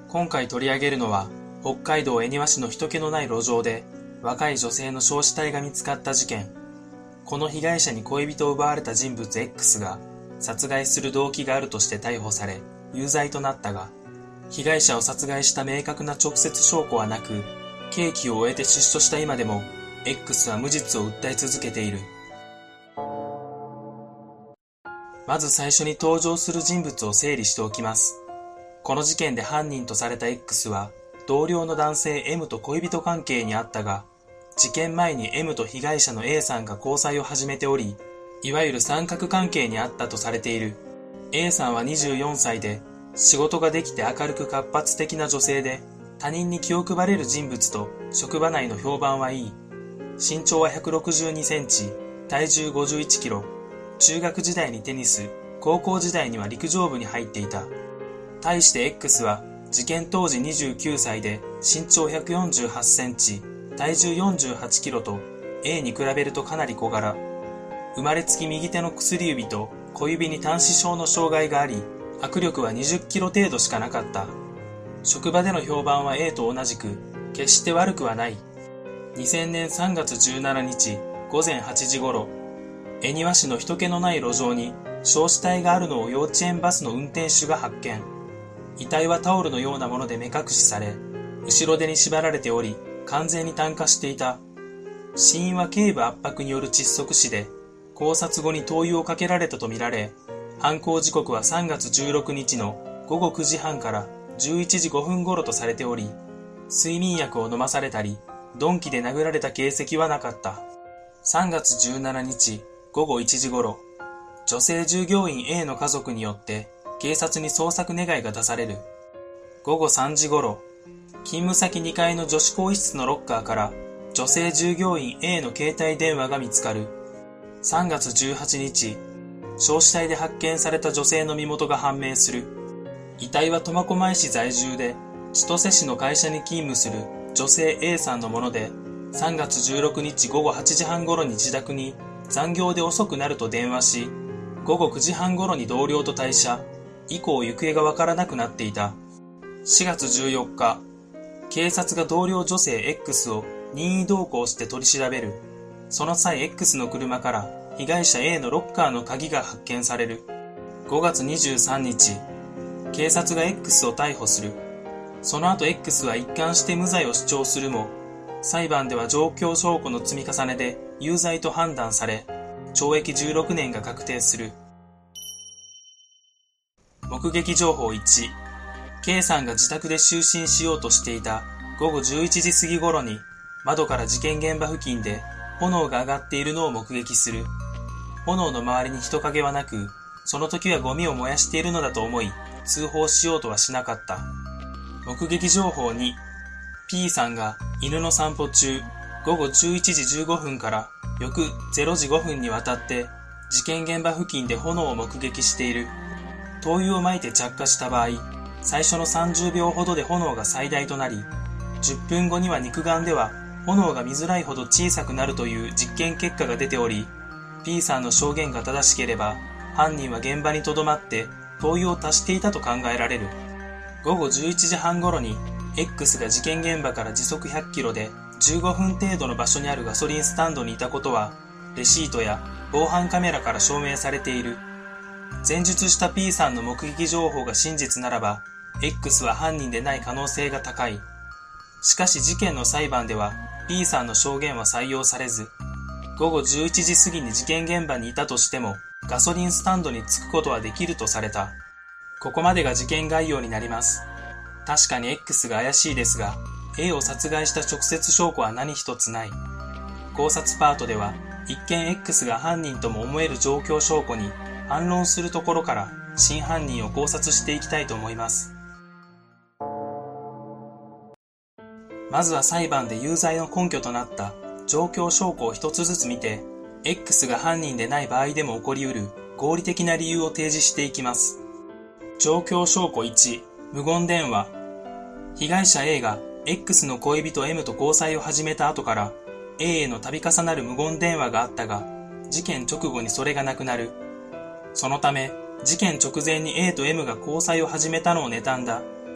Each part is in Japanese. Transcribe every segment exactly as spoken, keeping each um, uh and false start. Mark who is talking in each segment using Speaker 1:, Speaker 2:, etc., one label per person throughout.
Speaker 1: 今回取り上げるのは、北海道恵庭市の人気のない路上で、若い女性の焼死体が見つかった事件。この被害者に恋人を奪われた人物 X が、殺害する動機があるとして逮捕され、有罪となったが、被害者を殺害した明確な直接証拠はなく、刑期を終えて出所した今でも、X は無実を訴え続けている。まず最初に登場する人物を整理しておきます。この事件で犯人とされた X は、同僚の男性 M と恋人関係にあったが、事件前に M と被害者の A さんが交際を始めており、いわゆる三角関係にあったとされている。A さんはにじゅうよんさいで、仕事ができて明るく活発的な女性で、他人に気を配れる人物と職場内の評判はいい。身長はひゃくろくじゅうにセンチ、体重ごじゅういちキロ。中学時代にテニス、高校時代には陸上部に入っていた。対して X は事件当時にじゅうきゅうさいで身長ひゃくよんじゅうはちセンチ、体重よんじゅうはちキロと A に比べるとかなり小柄。生まれつき右手の薬指と小指に端子症の障害があり、握力はにじゅっキロ程度しかなかった。職場での評判は A と同じく、決して悪くはない。にせんねんさんがつじゅうしちにちごぜんはちじ頃、恵庭市の人気のない路上に焼死体があるのを幼稚園バスの運転手が発見。遺体はタオルのようなもので目隠しされ、後ろ手に縛られており、完全に炭化していた。死因は頸部圧迫による窒息死で、絞殺後に灯油をかけられたとみられ、犯行時刻はさんがつじゅうろくにちのごごくじはんからじゅういちじごふん頃とされており、睡眠薬を飲まされたり、鈍器で殴られた形跡はなかった。さんがつじゅうしちにちごごいちじ頃、女性従業員 A の家族によって警察に捜索願いが出される。ごごさんじ頃、勤務先にかいの女子更衣室のロッカーから女性従業員 A の携帯電話が見つかる。さんがつじゅうはちにち、焼死体で発見された女性の身元が判明する。遺体は苫小牧市在住で、千歳市の会社に勤務する女性 A さんのもので、さんがつじゅうろくにちごごはちじはん頃に自宅に残業で遅くなると電話し、ごごくじはん頃に同僚と退社、以降行方がわからなくなっていた。しがつじゅうよっか、警察が同僚女性 X を任意同行して取り調べる。その際 X の車から被害者 A のロッカーの鍵が発見される。ごがつにじゅうさんにち、警察が X を逮捕する。その後 X は一貫して無罪を主張するも、裁判では状況証拠の積み重ねで有罪と判断され、ちょうえきじゅうろくねんが確定する。目撃情報いち、K さんが自宅で就寝しようとしていたごごじゅういちじ過ぎ頃に、窓から事件現場付近で炎が上がっているのを目撃する。炎の周りに人影はなく、その時はゴミを燃やしているのだと思い、通報しようとはしなかった。目撃情報に、P さんが犬の散歩中、ごごじゅういちじじゅうごふんから翌れいじごふんにわたって事件現場付近で炎を目撃している。灯油をまいて着火した場合、最初のさんじゅうびょうほどで炎が最大となり、じゅっぷんごには肉眼では炎が見づらいほど小さくなるという実験結果が出ており、P さんの証言が正しければ、犯人は現場に留まって灯油を足していたと考えられる。ごごじゅういちじはん頃に X が事件現場から時速ひゃっキロでじゅうごふん程度の場所にあるガソリンスタンドにいたことは、レシートや防犯カメラから証明されている。前述した P さんの目撃情報が真実ならば、X は犯人でない可能性が高い。しかし事件の裁判では P さんの証言は採用されず、ごごじゅういちじ過ぎに事件現場にいたとしても、ガソリンスタンドに着くことはできるとされた。ここまでが事件概要になります。確かに X が怪しいですが、A を殺害した直接証拠は何一つない。考察パートでは、一見 X が犯人とも思える状況証拠に反論するところから真犯人を考察していきたいと思います。まずは裁判で有罪の根拠となった状況証拠を一つずつ見て、X が犯人でない場合でも起こりうる合理的な理由を提示していきます。状況証拠いち、無言電話。被害者 A が X の恋人 M と交際を始めた後から A への度重なる無言電話があったが、事件直後にそれがなくなる。そのため、事件直前に A と M が交際を始めたのを妬んだ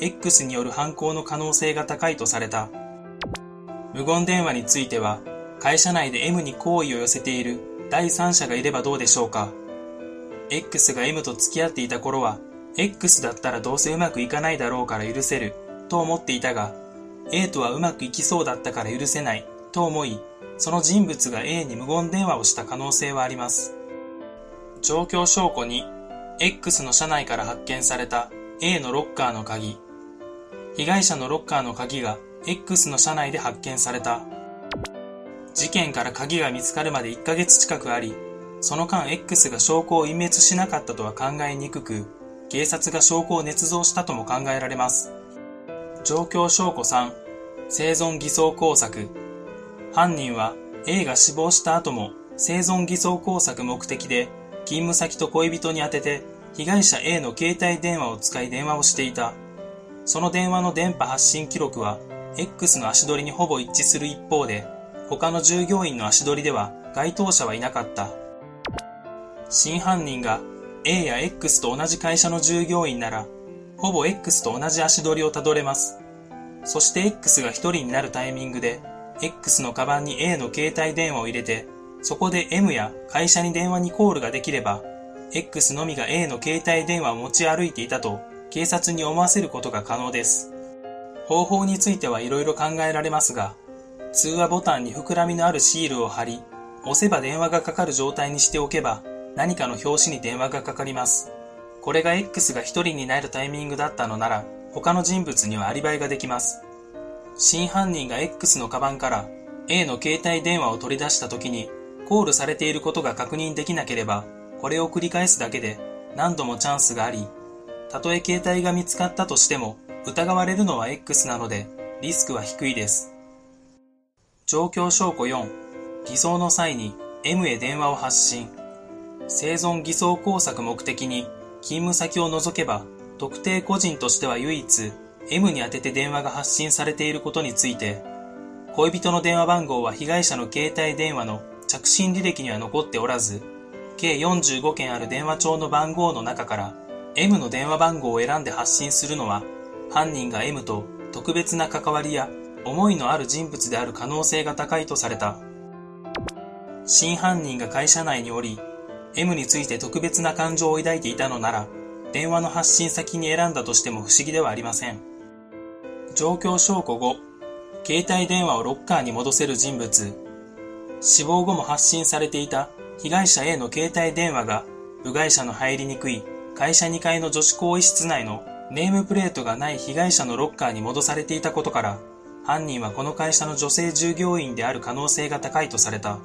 Speaker 1: X による犯行の可能性が高いとされた。無言電話については、会社内で M に好意を寄せている第三者がいればどうでしょうか。X が M と付き合っていた頃は、X だったらどうせうまくいかないだろうから許せると思っていたが、A とはうまくいきそうだったから許せないと思い、その人物が A に無言電話をした可能性はあります。状況証拠に、X の車内から発見された A のロッカーの鍵。被害者のロッカーの鍵が X の車内で発見された。事件から鍵が見つかるまでいっかげつ近くあり、その間 X が証拠を隠滅しなかったとは考えにくく、警察が証拠を捏造したとも考えられます。状況証拠さん、生存偽装工作。犯人は A が死亡した後も生存偽装工作目的で勤務先と恋人に宛てて被害者 A の携帯電話を使い電話をしていた。その電話の電波発信記録は X の足取りにほぼ一致する一方で、他の従業員の足取りでは該当者はいなかった。真犯人が A や X と同じ会社の従業員なら、ほぼ X と同じ足取りをたどれます。そして X が一人になるタイミングで、X のカバンに A の携帯電話を入れて、そこで M や会社に電話にコールができれば、X のみが A の携帯電話を持ち歩いていたと警察に思わせることが可能です。方法についてはいろいろ考えられますが、通話ボタンに膨らみのあるシールを貼り、押せば電話がかかる状態にしておけば、何かの拍子に電話がかかります。これが X が一人になるタイミングだったのなら、他の人物にはアリバイができます。真犯人が X のカバンから A の携帯電話を取り出した時に、コールされていることが確認できなければ、これを繰り返すだけで何度もチャンスがあり、たとえ携帯が見つかったとしても、疑われるのは X なので、リスクは低いです。状況証拠よん、偽装の際に M へ電話を発信。生存偽装工作目的に勤務先を除けば、特定個人としては唯一 M に宛てて電話が発信されていることについて、恋人の電話番号は被害者の携帯電話の着信履歴には残っておらず、計よんじゅうごけんある電話帳の番号の中から M の電話番号を選んで発信するのは、犯人が M と特別な関わりや思いのある人物である可能性が高いとされた。真犯人が会社内におり、M について特別な感情を抱いていたのなら、電話の発信先に選んだとしても不思議ではありません。状況証拠ご、携帯電話をロッカーに戻せる人物。死亡後も発信されていた被害者 A の携帯電話が、部外者の入りにくい会社にかいの女子更衣室内のネームプレートがない被害者のロッカーに戻されていたことから、犯人はこの会社の女性従業員である可能性が高いとされた。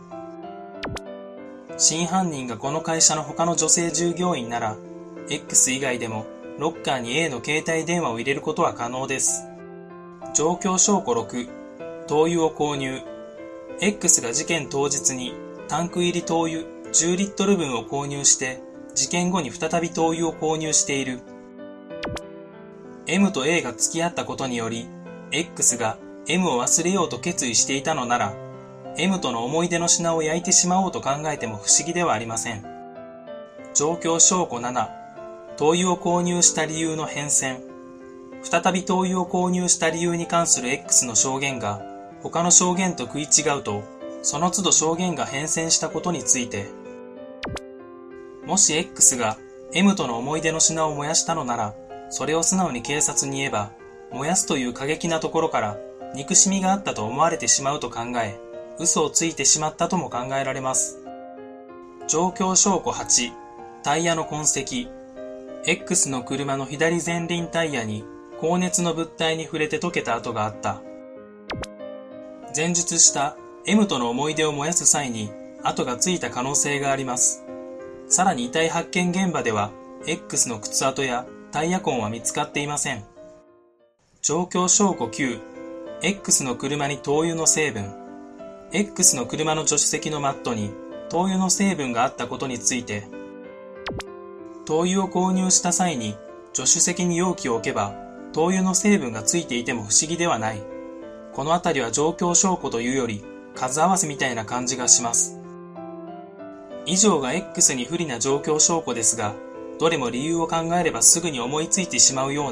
Speaker 1: 真犯人がこの会社の他の女性従業員なら、X 以外でもロッカーに A の携帯電話を入れることは可能です。状況証拠ろく、灯油を購入。X が事件当日にタンク入り灯油じゅうリットル分を購入して、事件後に再び灯油を購入している。M と A が付き合ったことにより、X が M を忘れようと決意していたのなら、M との思い出の品を焼いてしまおうと考えても不思議ではありません。状況証拠なな、灯油を購入した理由の変遷。再び灯油を購入した理由に関する X の証言が他の証言と食い違うと、その都度証言が変遷したことについて、もし X が M との思い出の品を燃やしたのなら、それを素直に警察に言えば、燃やすという過激なところから憎しみがあったと思われてしまうと考え、嘘をついてしまったとも考えられます。状況証拠はち、タイヤの痕跡。X の車の左前輪タイヤに高熱の物体に触れて溶けた跡があった。前述した M との思い出を燃やす際に跡がついた可能性があります。さらに遺体発見現場では X の靴跡やタイヤ痕は見つかっていません。状況証拠きゅう、X の車に灯油の成分。X の車の助手席のマットに灯油の成分があったことについて、灯油を購入した際に助手席に容器を置けば灯油の成分がついていても不思議ではない。このあたりは状況証拠というより数合わせみたいな感じがします。以上が X に不利な状況証拠ですが、どれも理由を考えればすぐに思いついてしまうような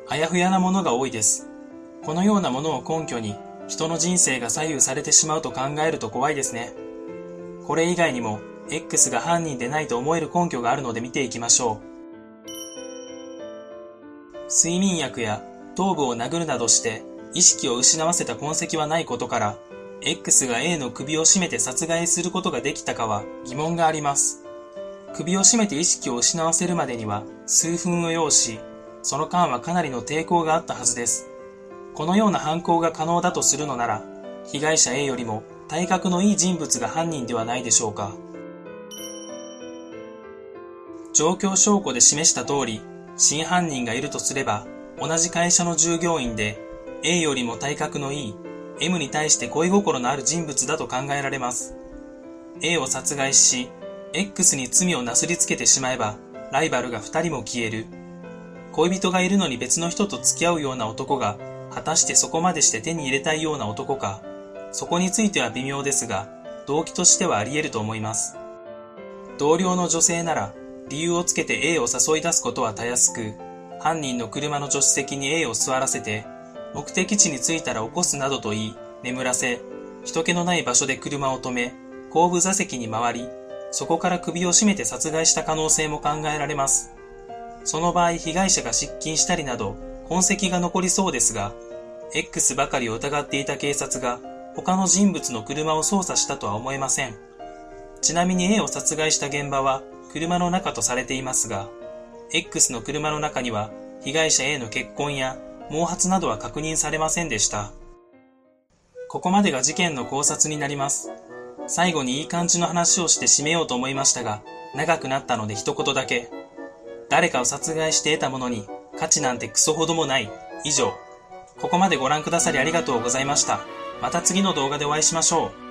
Speaker 1: あやふやなものが多いです。このようなものを根拠に人の人生が左右されてしまうと考えると怖いですね。これ以外にも X が犯人でないと思える根拠があるので見ていきましょう。睡眠薬や頭部を殴るなどして意識を失わせた痕跡はないことから、X が A の首を絞めて殺害することができたかは疑問があります。首を絞めて意識を失わせるまでには数分を要し、その間はかなりの抵抗があったはずです。このような犯行が可能だとするのなら、被害者 A よりも体格のいい人物が犯人ではないでしょうか。状況証拠で示した通り、真犯人がいるとすれば、同じ会社の従業員で A よりも体格のいい M に対して恋心のある人物だと考えられます。A を殺害し、X に罪をなすりつけてしまえば、ライバルがふたりも消える。恋人がいるのに別の人と付き合うような男が、果たしてそこまでして手に入れたいような男か、そこについては微妙ですが、動機としてはあり得ると思います。同僚の女性なら、理由をつけて A を誘い出すことはたやすく、犯人の車の助手席に A を座らせて、目的地に着いたら起こすなどと言い、眠らせ、人気のない場所で車を止め、後部座席に回り、そこから首を絞めて殺害した可能性も考えられます。その場合、被害者が失禁したりなど、痕跡が残りそうですが、X ばかりを疑っていた警察が他の人物の車を捜査したとは思えません。ちなみに A を殺害した現場は車の中とされていますが、X の車の中には被害者 A の血痕や毛髪などは確認されませんでした。ここまでが事件の考察になります。最後にいい感じの話をして締めようと思いましたが、長くなったので一言だけ。誰かを殺害して得たものに価値なんてクソほどもない。以上。ここまでご覧くださりありがとうございました。また次の動画でお会いしましょう。